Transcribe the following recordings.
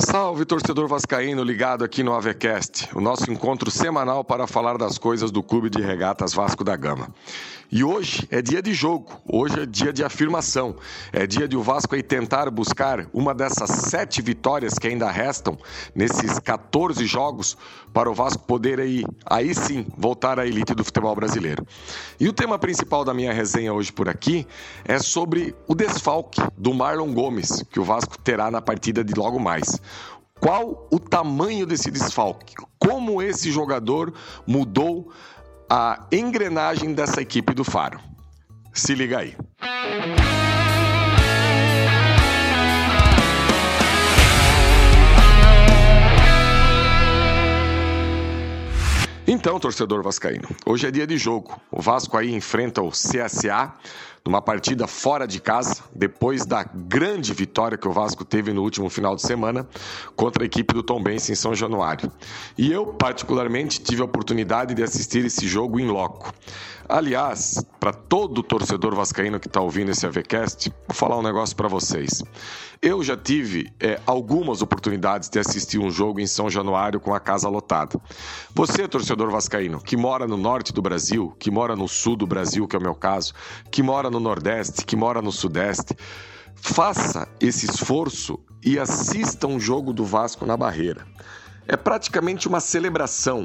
Salve, torcedor vascaíno ligado aqui no AVCast, o nosso encontro semanal para falar das coisas do Clube de Regatas Vasco da Gama. E hoje é dia de jogo, hoje é dia de afirmação, é dia de o Vasco aí tentar buscar uma dessas 7 vitórias que ainda restam nesses 14 jogos para o Vasco poder aí sim voltar à elite do futebol brasileiro. E o tema principal da minha resenha hoje por aqui é sobre o desfalque do Marlon Gomes, que o Vasco terá na partida de logo mais. Qual o tamanho desse desfalque? Como esse jogador mudou a engrenagem dessa equipe do Faro? Se liga aí. Então, torcedor vascaíno, hoje é dia de jogo. O Vasco aí enfrenta o CSA numa partida fora de casa, depois da grande vitória que o Vasco teve no último final de semana contra a equipe do Tombense em São Januário. E eu, particularmente, tive a oportunidade de assistir esse jogo in loco. Aliás, para todo torcedor vascaíno que está ouvindo esse AVCast, vou falar um negócio para vocês. Eu já tive algumas oportunidades de assistir um jogo em São Januário com a casa lotada. Você, torcedor vascaíno, que mora no norte do Brasil, que mora no sul do Brasil, que é o meu caso, que mora no nordeste, que mora no sudeste, faça esse esforço e assista um jogo do Vasco na Barreira. É praticamente uma celebração.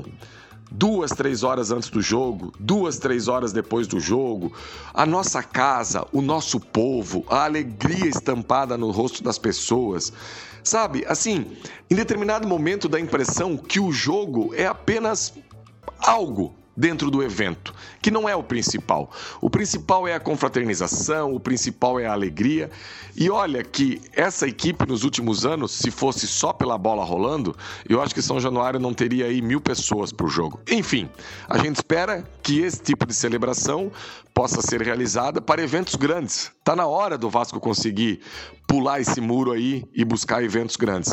2, 3 horas antes do jogo, 2, 3 horas depois do jogo, a nossa casa, o nosso povo, a alegria estampada no rosto das pessoas. Sabe, assim, em determinado momento dá a impressão que o jogo é apenas algo dentro do evento, que não é o principal. O principal é a confraternização, o principal é a alegria. E olha que essa equipe nos últimos anos, se fosse só pela bola rolando, eu acho que São Januário não teria aí 1.000 pessoas para o jogo. Enfim, a gente espera que esse tipo de celebração possa ser realizada para eventos grandes. Tá na hora do Vasco conseguir pular esse muro aí e buscar eventos grandes.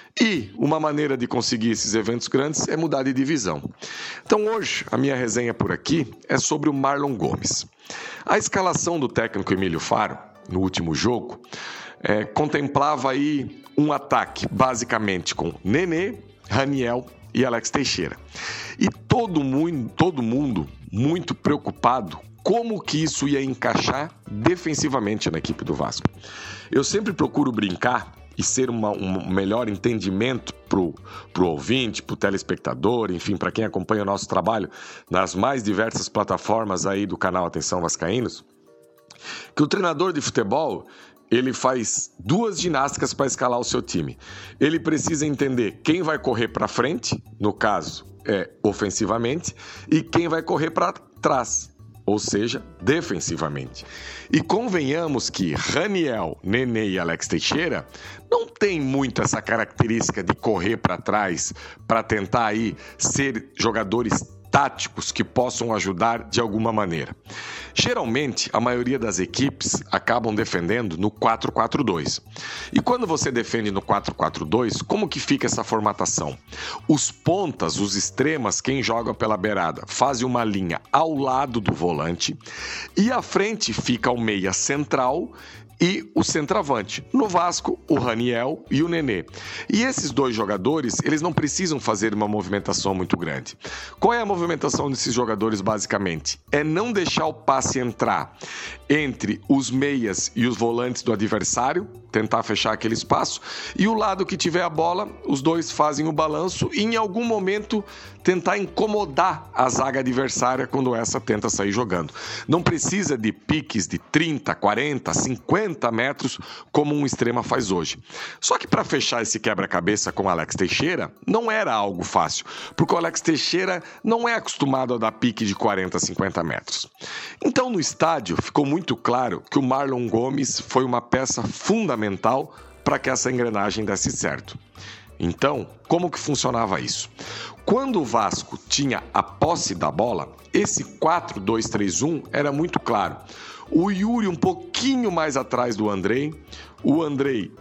E uma maneira de conseguir esses eventos grandes é mudar de divisão. Então hoje, a minha resenha por aqui é sobre o Marlon Gomes. A escalação do técnico Emílio Faro, no último jogo, contemplava aí um ataque, basicamente com Nenê, Raniel e Alex Teixeira. E todo mundo muito preocupado como que isso ia encaixar defensivamente na equipe do Vasco. Eu sempre procuro brincar e ser um melhor entendimento pro ouvinte, pro telespectador, enfim, para quem acompanha o nosso trabalho nas mais diversas plataformas aí do canal Atenção Vascaínos, que o treinador de futebol, ele faz 2 ginásticas para escalar o seu time. Ele precisa entender quem vai correr para frente, no caso, ofensivamente, e quem vai correr para trás, ou seja, defensivamente. E convenhamos que Raniel, Nenê e Alex Teixeira não tem muito essa característica de correr para trás para tentar aí ser jogadores táticos que possam ajudar de alguma maneira. Geralmente, a maioria das equipes acabam defendendo no 4-4-2. E quando você defende no 4-4-2, como que fica essa formatação? Os pontas, os extremas, quem joga pela beirada, fazem uma linha ao lado do volante e à frente fica o meia central e o centroavante. No Vasco, o Raniel e o Nenê. E esses 2 jogadores, eles não precisam fazer uma movimentação muito grande. Qual é a movimentação desses jogadores, basicamente? É não deixar o passe entrar entre os meias e os volantes do adversário, tentar fechar aquele espaço, e o lado que tiver a bola, os 2 fazem o balanço e em algum momento tentar incomodar a zaga adversária quando essa tenta sair jogando. Não precisa de piques de 30, 40, 50 metros como um extrema faz hoje. Só que para fechar esse quebra-cabeça com o Alex Teixeira não era algo fácil, porque o Alex Teixeira não é acostumado a dar pique de 40, 50 metros. Então no estádio ficou muito claro que o Marlon Gomes foi uma peça fundamental para que essa engrenagem desse certo. Então, como que funcionava isso? Quando o Vasco tinha a posse da bola, esse 4-2-3-1 era muito claro. O Yuri um pouquinho mais atrás do Andrei, o Andrei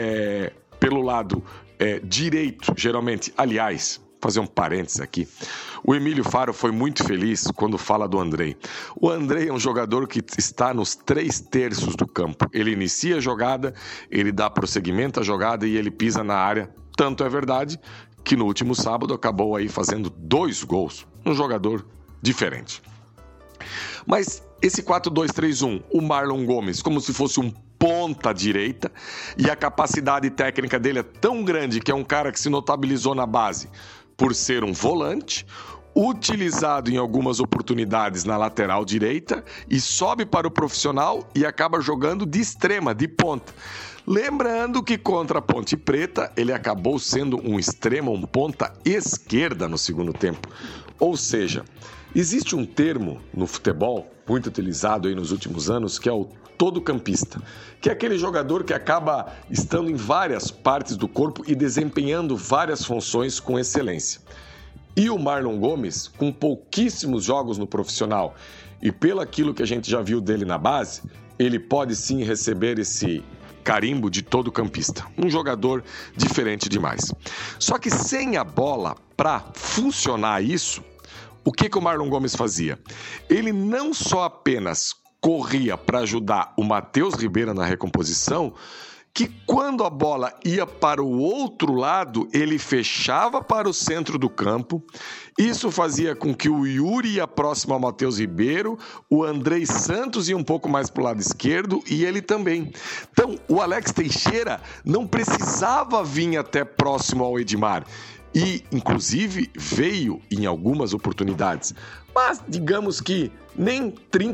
pelo lado direito, geralmente, aliás, fazer um parênteses aqui. O Emílio Faro foi muito feliz quando fala do Andrei. O Andrei é um jogador que está nos 3/3 do campo. Ele inicia a jogada, ele dá prosseguimento à jogada e ele pisa na área Tanto é verdade que no último sábado acabou aí fazendo 2 gols, um jogador diferente. Mas esse 4-2-3-1, o Marlon Gomes, como se fosse um ponta-direita, e a capacidade técnica dele é tão grande que é um cara que se notabilizou na base por ser um volante, utilizado em algumas oportunidades na lateral direita e sobe para o profissional e acaba jogando de extrema, de ponta. Lembrando que contra a Ponte Preta ele acabou sendo um extremo, um ponta esquerda no segundo tempo. Ou seja, existe um termo no futebol muito utilizado aí nos últimos anos que é o todo-campista, que é aquele jogador que acaba estando em várias partes do corpo e desempenhando várias funções com excelência. E o Marlon Gomes, com pouquíssimos jogos no profissional e pelo aquilo que a gente já viu dele na base, ele pode sim receber esse carimbo de todo campista. Um jogador diferente demais. Só que sem a bola, para funcionar isso, o que o Marlon Gomes fazia? Ele não só apenas corria para ajudar o Matheus Ribeiro na recomposição, que quando a bola ia para o outro lado, ele fechava para o centro do campo. Isso fazia com que o Yuri ia próximo ao Matheus Ribeiro, o Andrei Santos ia um pouco mais para o lado esquerdo e ele também. Então, o Alex Teixeira não precisava vir até próximo ao Edmar. E, inclusive, veio em algumas oportunidades. Mas, digamos que nem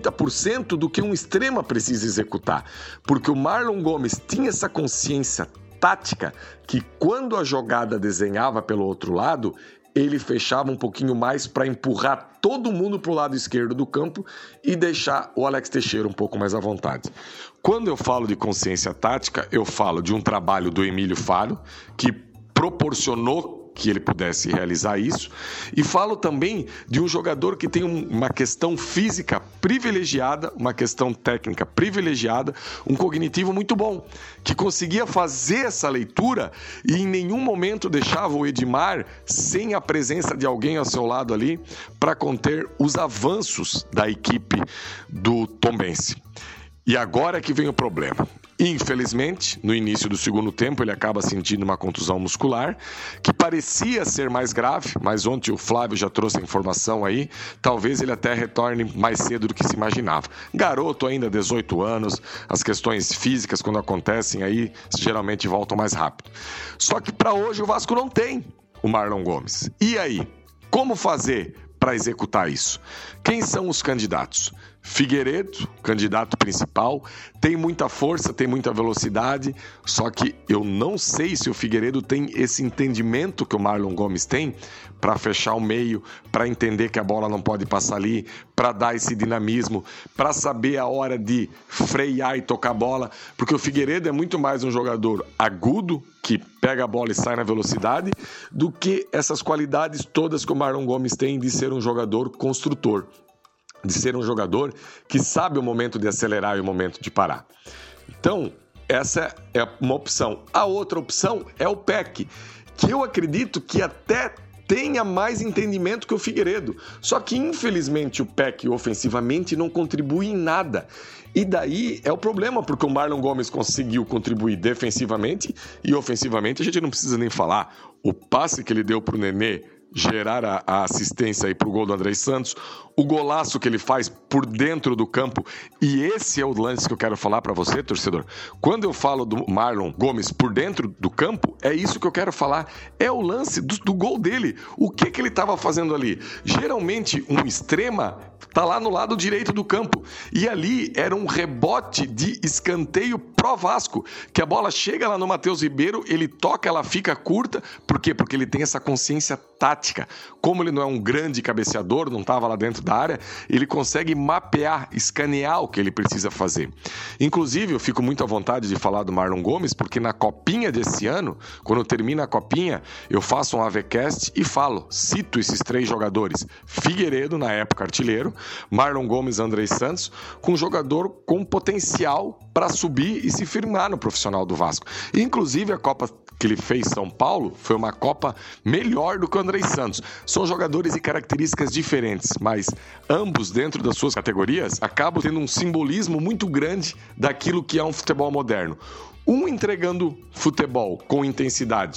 30% do que um extrema precisa executar. Porque o Marlon Gomes tinha essa consciência tática que, quando a jogada desenhava pelo outro lado, ele fechava um pouquinho mais para empurrar todo mundo para o lado esquerdo do campo e deixar o Alex Teixeira um pouco mais à vontade. Quando eu falo de consciência tática, eu falo de um trabalho do Emílio Faro, que proporcionou que ele pudesse realizar isso, e falo também de um jogador que tem uma questão física privilegiada, uma questão técnica privilegiada, um cognitivo muito bom, que conseguia fazer essa leitura e em nenhum momento deixava o Edmar sem a presença de alguém ao seu lado ali para conter os avanços da equipe do Tombense. E agora é que vem o problema. Infelizmente, no início do segundo tempo, ele acaba sentindo uma contusão muscular, que parecia ser mais grave, mas ontem o Flávio já trouxe a informação aí, talvez ele até retorne mais cedo do que se imaginava. Garoto ainda, 18 anos, as questões físicas, quando acontecem aí, geralmente voltam mais rápido. Só que para hoje o Vasco não tem o Marlon Gomes. E aí, como fazer para executar isso? Quem são os candidatos? Figueiredo, candidato principal, tem muita força, tem muita velocidade, só que eu não sei se o Figueiredo tem esse entendimento que o Marlon Gomes tem para fechar o meio, para entender que a bola não pode passar ali, para dar esse dinamismo, para saber a hora de frear e tocar a bola, porque o Figueiredo é muito mais um jogador agudo, que pega a bola e sai na velocidade, do que essas qualidades todas que o Marlon Gomes tem de ser um jogador construtor, de ser um jogador que sabe o momento de acelerar e o momento de parar. Então, essa é uma opção. A outra opção é o Peck, que eu acredito que até tenha mais entendimento que o Figueiredo. Só que, infelizmente, o Peck ofensivamente não contribui em nada. E daí é o problema, porque o Marlon Gomes conseguiu contribuir defensivamente e ofensivamente a gente não precisa nem falar. O passe que ele deu para o Nenê gerar a assistência aí para o gol do Andrei Santos, o golaço que ele faz por dentro do campo, e esse é o lance que eu quero falar para você, torcedor. Quando eu falo do Marlon Gomes por dentro do campo, é isso que eu quero falar, é o lance do gol dele. O que ele estava fazendo ali? Geralmente um extrema tá lá no lado direito do campo, e ali era um rebote de escanteio pro Vasco, que a bola chega lá no Matheus Ribeiro, ele toca, ela fica curta. Por quê? Porque ele tem essa consciência tática. Como ele não é um grande cabeceador, não estava lá dentro da área, ele consegue mapear, escanear o que ele precisa fazer. Inclusive, eu fico muito à vontade de falar do Marlon Gomes, porque na Copinha desse ano, quando termina a Copinha, eu faço um AVCast e cito esses 3 jogadores. Figueiredo, na época artilheiro, Marlon Gomes, Andrei Santos, com um jogador com potencial para subir e se firmar no profissional do Vasco. Inclusive, a Copa que ele fez São Paulo foi uma Copa melhor do que o Andrei Santos. São jogadores e características diferentes, mas ambos, dentro das suas categorias, acabam tendo um simbolismo muito grande daquilo que é um futebol moderno. Um entregando futebol com intensidade,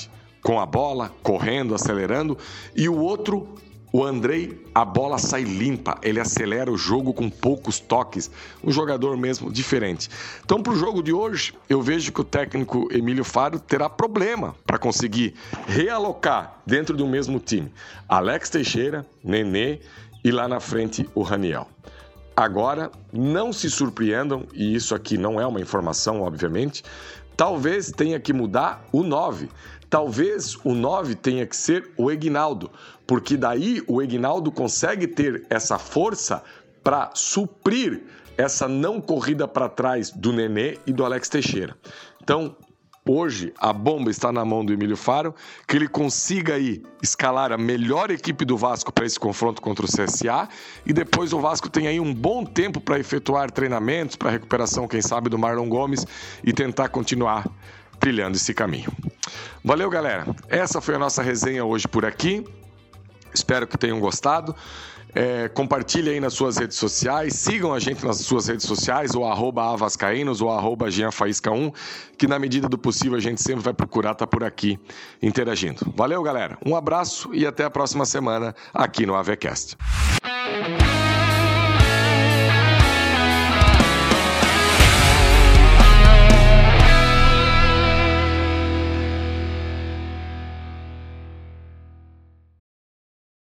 com a bola, correndo, acelerando, e o outro, o Andrei, a bola sai limpa, ele acelera o jogo com poucos toques, um jogador mesmo diferente. Então, para o jogo de hoje, eu vejo que o técnico Emílio Faro terá problema para conseguir realocar dentro do mesmo time Alex Teixeira, Nenê e lá na frente o Raniel. Agora, não se surpreendam, e isso aqui não é uma informação, obviamente, talvez tenha que mudar o 9. Talvez o 9 tenha que ser o Eginaldo, porque daí o Eginaldo consegue ter essa força para suprir essa não corrida para trás do Nenê e do Alex Teixeira. Então, hoje a bomba está na mão do Emílio Faro, que ele consiga aí escalar a melhor equipe do Vasco para esse confronto contra o CSA, e depois o Vasco tem aí um bom tempo para efetuar treinamentos, para recuperação, quem sabe, do Marlon Gomes e tentar continuar trilhando esse caminho. Valeu, galera. Essa foi a nossa resenha hoje por aqui. Espero que tenham gostado. Compartilhe aí nas suas redes sociais, sigam a gente nas suas redes sociais, ou @avascaínos ou @jeanfaisca1, que na medida do possível a gente sempre vai procurar estar por aqui interagindo. Valeu, galera. Um abraço e até a próxima semana aqui no AVCast.